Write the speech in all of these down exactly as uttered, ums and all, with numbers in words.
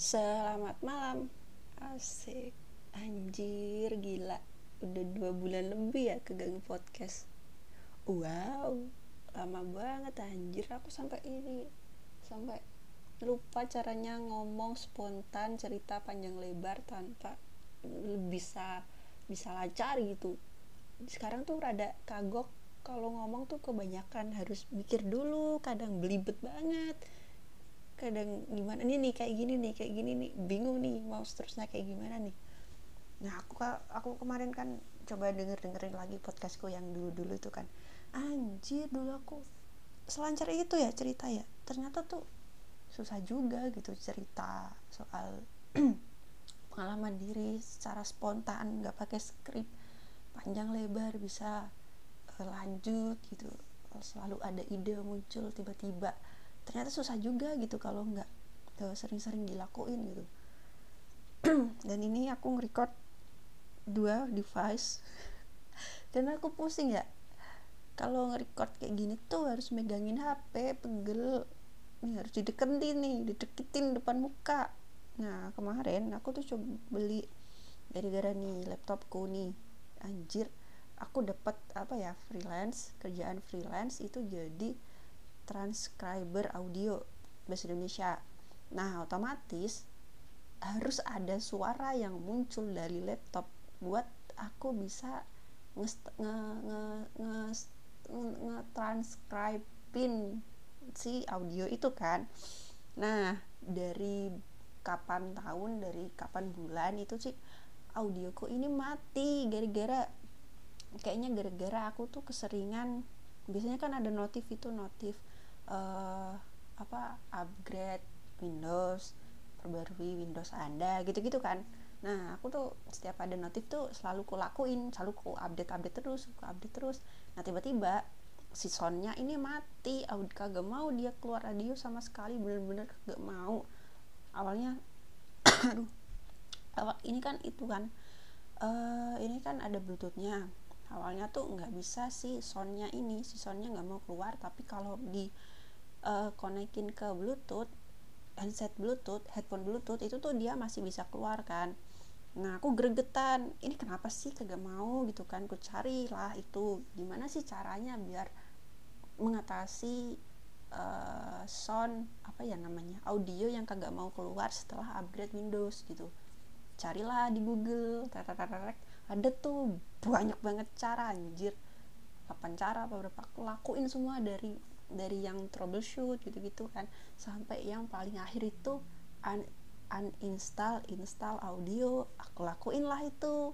Selamat malam. Asik. Anjir, gila. Udah dua bulan lebih ya keganggu podcast. Wow, lama banget anjir. Aku sampai ini, sampai lupa caranya ngomong spontan, cerita panjang lebar tanpa bisa bisa lancar gitu. Sekarang tuh rada kagok kalau ngomong tuh kebanyakan harus mikir dulu, kadang belibet banget, kadang gimana ini nih, kayak gini nih kayak gini nih bingung nih mau seterusnya kayak gimana nih. Nah aku aku kemarin kan coba denger dengerin lagi podcastku yang dulu dulu itu kan, anjir dulu aku selancar itu ya cerita ya, ternyata tuh susah juga gitu cerita soal pengalaman diri secara spontan, nggak pakai skrip panjang lebar, bisa uh, lanjut gitu, selalu ada ide muncul tiba-tiba. Ternyata susah juga gitu kalau nggak uh, sering-sering dilakuin gitu. Dan ini aku nge-record dua device dan aku pusing ya kalau nge-record kayak gini tuh harus megangin H P, pegel nih, harus dideketin nih, dideketin depan muka. Nah kemarin aku tuh coba beli gara-gara nih laptopku nih, anjir aku dapat apa ya, freelance, kerjaan freelance itu jadi transcriber audio bahasa Indonesia. Nah otomatis harus ada suara yang muncul dari laptop buat aku bisa nge nge nge, nge, nge transcribein si audio itu kan. Nah dari kapan tahun, dari kapan bulan itu sih audioku ini mati gara-gara, kayaknya gara-gara aku tuh keseringan, biasanya kan ada notif itu, notif uh, apa, upgrade Windows, perbarui Windows Anda gitu-gitu kan. Nah aku tuh setiap ada notif tuh selalu ku lakuin, selalu ku update-update terus, ku update terus. Nah tiba-tiba si soundnya ini mati, kagak mau dia keluar radio sama sekali, bener-bener kagak mau. Awalnya aduh, awal ini kan itu kan uh, ini kan ada bluetoothnya. Awalnya tuh nggak bisa si soundnya ini, si soundnya nggak mau keluar, tapi kalau di uh, konekin ke bluetooth, handset bluetooth, headphone bluetooth itu tuh dia masih bisa keluar kan. Nah aku gregetan, ini kenapa sih kagak mau gitu kan. Ku cari lah itu gimana sih caranya biar mengatasi uh, sound apa ya namanya, audio yang kagak mau keluar setelah upgrade Windows gitu. Carilah di Google, tetetetet, ada tuh banyak banget cara anjir, delapan cara apa berapa, aku lakuin semua, dari dari yang troubleshoot gitu-gitu kan sampai yang paling akhir itu un, uninstall install audio. Aku lakuin lah itu,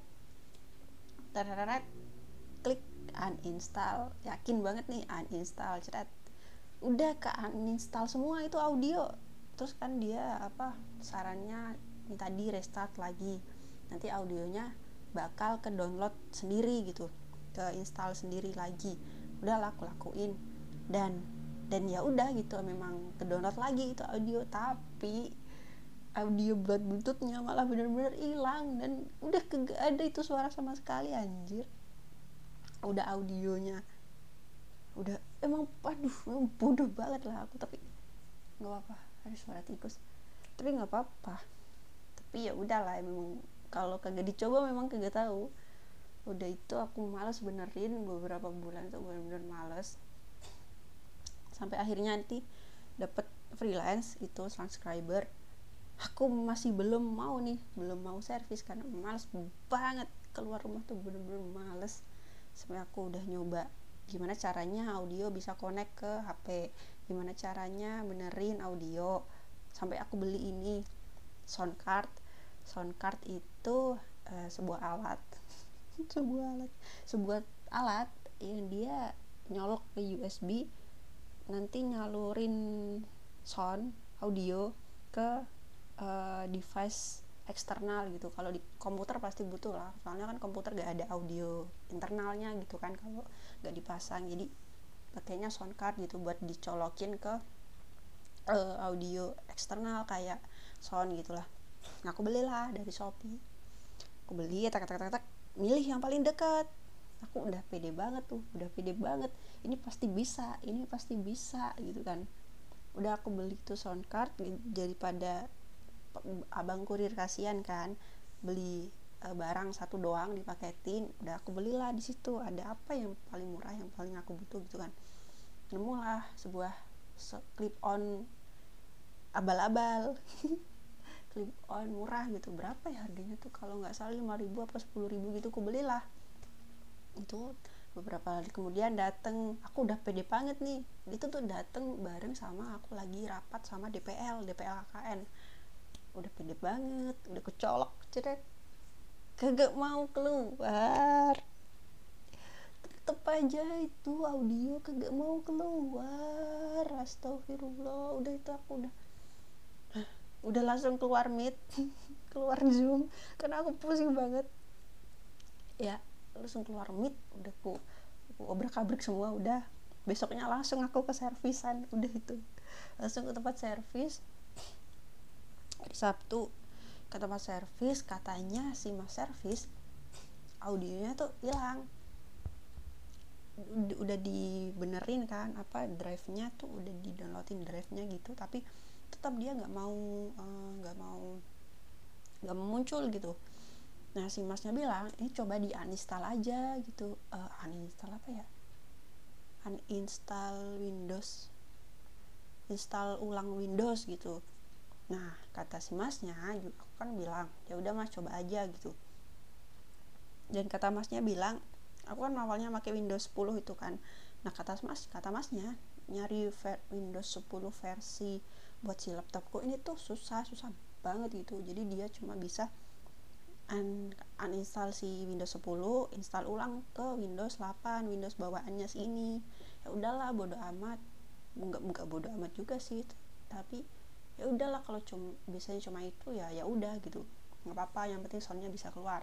tetetetet, klik uninstall, yakin banget nih uninstall, cerat, udah ke uninstall semua itu audio. Terus kan dia apa, sarannya minta di restart lagi, nanti audionya bakal ke download sendiri gitu, ke install sendiri lagi. Udah aku lakuin dan dan ya udah gitu, memang ke download lagi itu audio, tapi audio buat bluetoothnya malah bener-bener hilang dan udah kagak ada itu suara sama sekali anjir. Udah audionya udah, emang aduh emang bodoh banget lah aku, tapi nggak apa-apa, ada suara tikus tapi nggak apa-apa. Tapi ya udahlah, memang kalau kagak dicoba memang kagak tahu. Udah itu aku malas benerin beberapa bulan, itu bener-bener malas, sampai akhirnya nanti dapet freelance itu transcriber. Aku masih belum mau nih, belum mau servis karena malas banget, keluar rumah tuh bener-bener malas. Sampai aku udah nyoba gimana caranya audio bisa connect ke H P, gimana caranya benerin audio, sampai aku beli ini sound card. Sound card itu uh, sebuah alat sebuah alat sebuah alat yang dia nyolok ke U S B, nanti nyalurin sound audio ke uh, device eksternal gitu. Kalau di komputer pasti butuh lah, soalnya kan komputer gak ada audio internalnya gitu kan kalau gak dipasang. Jadi pakainya sound card gitu buat dicolokin ke uh, audio eksternal kayak sound gitulah. Nah, aku belilah dari Shopee. Aku beli, tak tak tak tak, milih yang paling dekat. Aku udah pede banget tuh, udah pede banget. Ini pasti bisa, ini pasti bisa gitu kan. Udah aku beli tuh sound card daripada abang kurir kasihan kan, beli e, barang satu doang dipaketin, udah aku belilah di situ ada apa yang paling murah yang paling aku butuh gitu kan. Nemulah sebuah clip on abal-abal clip on murah gitu, berapa ya harganya tuh kalau nggak salah lima ribu apa sepuluh ribu gitu, aku belilah itu. Beberapa hari kemudian dateng, aku udah pede banget nih, itu tuh dateng bareng sama aku lagi rapat sama D P L D P L K K N, udah pede banget, udah kecolok cerek, kagak mau keluar, tetep aja itu audio kagak mau keluar. Astagfirullah, udah itu aku udah udah langsung keluar meet keluar Zoom karena aku pusing banget ya, langsung keluar meet, udah aku, aku obrak-abrik semua. Udah besoknya langsung aku ke servisan, udah itu langsung ke tempat servis. Hari Sabtu ke tempat servis, katanya si mas servis audionya tuh hilang, udah dibenerin kan, apa drive-nya tuh udah di downloadin drive-nya gitu, tapi tetap dia nggak mau nggak uh, mau nggak mau muncul gitu. Nah si masnya bilang ini coba di uninstall aja gitu, uh, uninstall apa ya, uninstall Windows, install ulang Windows gitu. Nah kata si masnya juga, aku kan bilang ya udah mas coba aja gitu. Dan kata masnya bilang, aku kan awalnya pakai Windows sepuluh itu kan. Nah kata mas kata masnya nyari Windows sepuluh versi buat si laptopku ini tuh susah susah banget gitu. Jadi dia cuma bisa un- uninstall si Windows sepuluh, install ulang ke Windows delapan, Windows bawaannya sini. Ya udahlah bodo amat, nggak nggak bodo amat juga sih, tapi ya udahlah kalau cuma biasanya cuma itu ya ya udah gitu, nggak apa-apa, yang penting soalnya bisa keluar.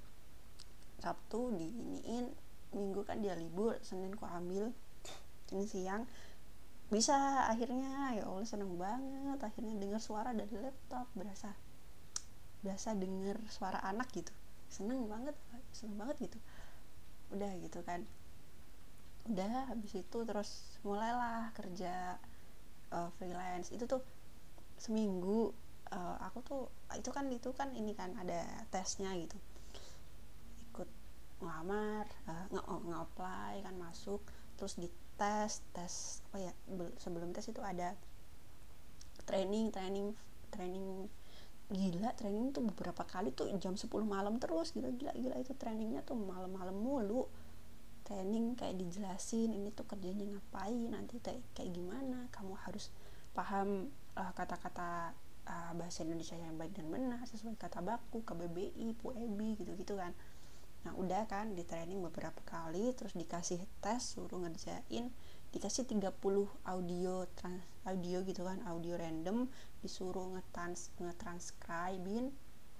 Sabtu diiniin, Minggu kan dia libur, Senin ku ambil, Senin siang bisa akhirnya. Ya Allah seneng banget akhirnya dengar suara dari laptop, berasa berasa denger suara anak gitu, seneng banget seneng banget gitu. Udah gitu kan, udah habis itu terus mulailah kerja uh, freelance. Itu tuh seminggu uh, aku tuh itu kan itu kan ini kan ada tesnya gitu, ikut ngelamar, uh, nge nge-apply kan, masuk terus di tes tes apa ya, sebelum tes itu ada training training training gila, training tuh beberapa kali tuh jam sepuluh malam terus, gila gila gila itu trainingnya tuh malam-malam mulu. Training kayak dijelasin ini tuh kerjanya ngapain, nanti kayak kayak gimana, kamu harus paham uh, kata-kata uh, bahasa Indonesia yang baik dan benar sesuai kata baku, K B B I, P U E B I gitu-gitu kan. Nah udah kan di training beberapa kali, terus dikasih tes, suruh ngerjain, dikasih tiga puluh audio trans, audio gitu kan, audio random, disuruh ngetrans ngetranscribein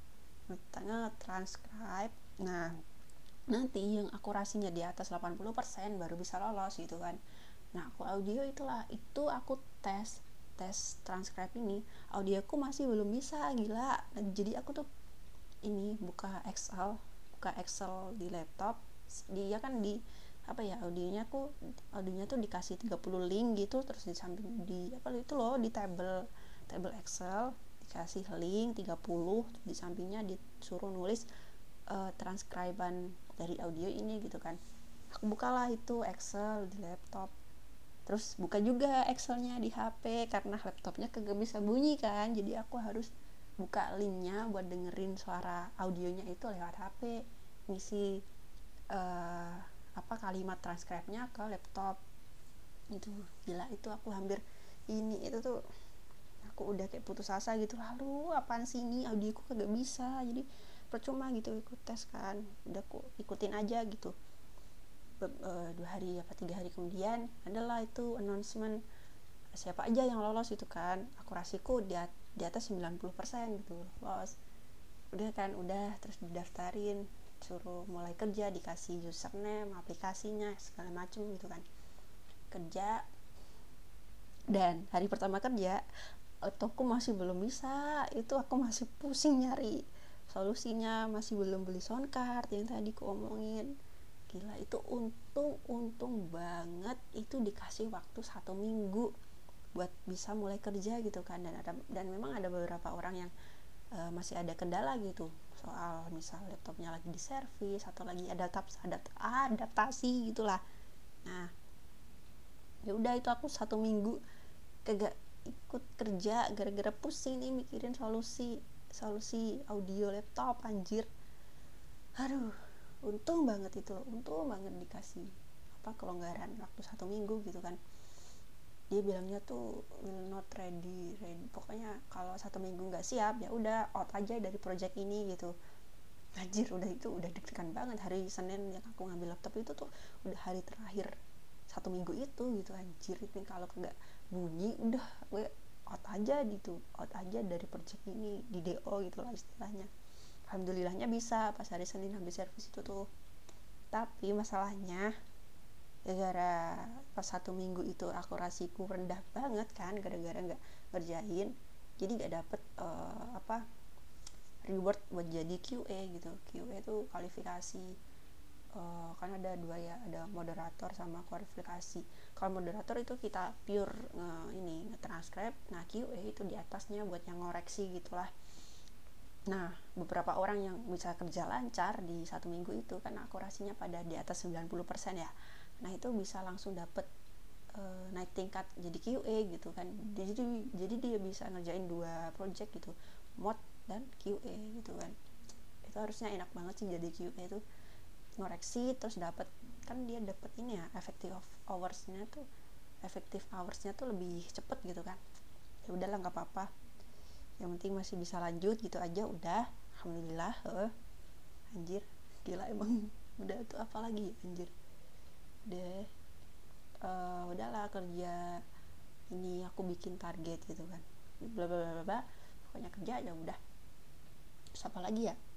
ngetranscribe. Nah nanti yang akurasinya di atas delapan puluh persen baru bisa lolos gitu kan. Nah aku audio itulah, itu aku tes tes transcribe ini, audioku masih belum bisa, gila. Nah, jadi aku tuh ini buka Excel buka Excel di laptop, dia kan di apa ya, audionya aku audionya tuh dikasih tiga puluh link gitu, terus di samping di apa itu loh, di table table Excel dikasih link tiga puluh, di sampingnya disuruh nulis uh, transkriban dari audio ini gitu kan. Aku bukalah itu Excel di laptop, terus buka juga Excelnya di H P karena laptopnya kagak bisa bunyi kan, jadi aku harus buka linknya buat dengerin suara audionya itu lewat H P, ngisi uh, apa kalimat transkripnya ke laptop. Itu gila, itu aku hampir ini itu tuh aku udah kayak putus asa gitu, lalu apaan sih ini audioku kagak bisa, jadi percuma gitu ikut tes kan, udah aku ikutin aja gitu. Be- uh, dua hari apa tiga hari kemudian adalah itu announcement siapa aja yang lolos itu kan, akurasiku di, di atas sembilan puluh persen gitu lolos. Udah kan, udah terus didaftarin, suruh mulai kerja, dikasih username, aplikasinya segala macem gitu kan, kerja. Dan hari pertama kerja laptopku masih belum bisa, itu aku masih pusing nyari solusinya, masih belum beli sound card yang tadi ku omongin. Gila itu untung untung banget itu dikasih waktu satu minggu buat bisa mulai kerja gitu kan. Dan ada dan memang ada beberapa orang yang uh, masih ada kendala gitu soal misal laptopnya lagi di servis atau lagi ada adapt adaptasi gitulah. Nah ya udah itu aku satu minggu kagak ikut kerja gara-gara pusing nih mikirin solusi solusi audio laptop anjir. Aduh, untung banget itu, untung banget dikasih apa kelonggaran waktu satu minggu gitu kan. Dia bilangnya tuh will not ready, ready. Pokoknya kalau satu minggu nggak siap ya udah out aja dari project ini gitu. Anjir, udah itu udah deg-degan banget. Hari Senin yang aku ngambil laptop itu tuh udah hari terakhir satu minggu itu gitu anjir. Itu kalau nggak bunyi udah gue out aja gitu, out aja dari project ini di D O gitulah istilahnya. Alhamdulillahnya bisa pas hari Senin habis servis itu tuh. Tapi masalahnya gara-gara pas satu minggu itu akurasiku rendah banget kan gara-gara nggak ngerjain, jadi nggak dapet uh, apa reward buat jadi Q A gitu. Q A itu kualifikasi, uh, kan ada dua ya, ada moderator sama kualifikasi. Kalau moderator itu kita pure uh, ini nge-transcribe, nah Q A itu di atasnya buat yang ngoreksi gitulah. Nah, beberapa orang yang bisa kerja lancar di satu minggu itu kan akurasinya pada di atas sembilan puluh persen ya. Nah, itu bisa langsung dapet uh, naik tingkat jadi Q A gitu kan. Jadi jadi dia bisa ngerjain dua project gitu, mod dan Q A gitu kan. Itu harusnya enak banget sih jadi Q A itu. Ngoreksi terus dapet, kan dia dapet ini ya, effective hours-nya tuh effective hours-nya tuh lebih cepet gitu kan. Ya udahlah nggak apa-apa, yang penting masih bisa lanjut gitu aja udah. Alhamdulillah. uh, anjir gila emang. Udah tuh apa lagi anjir deh. Uh, udahlah kerja ini aku bikin target gitu kan, bla bla bla bla, pokoknya kerja aja udah. Terus apa lagi ya,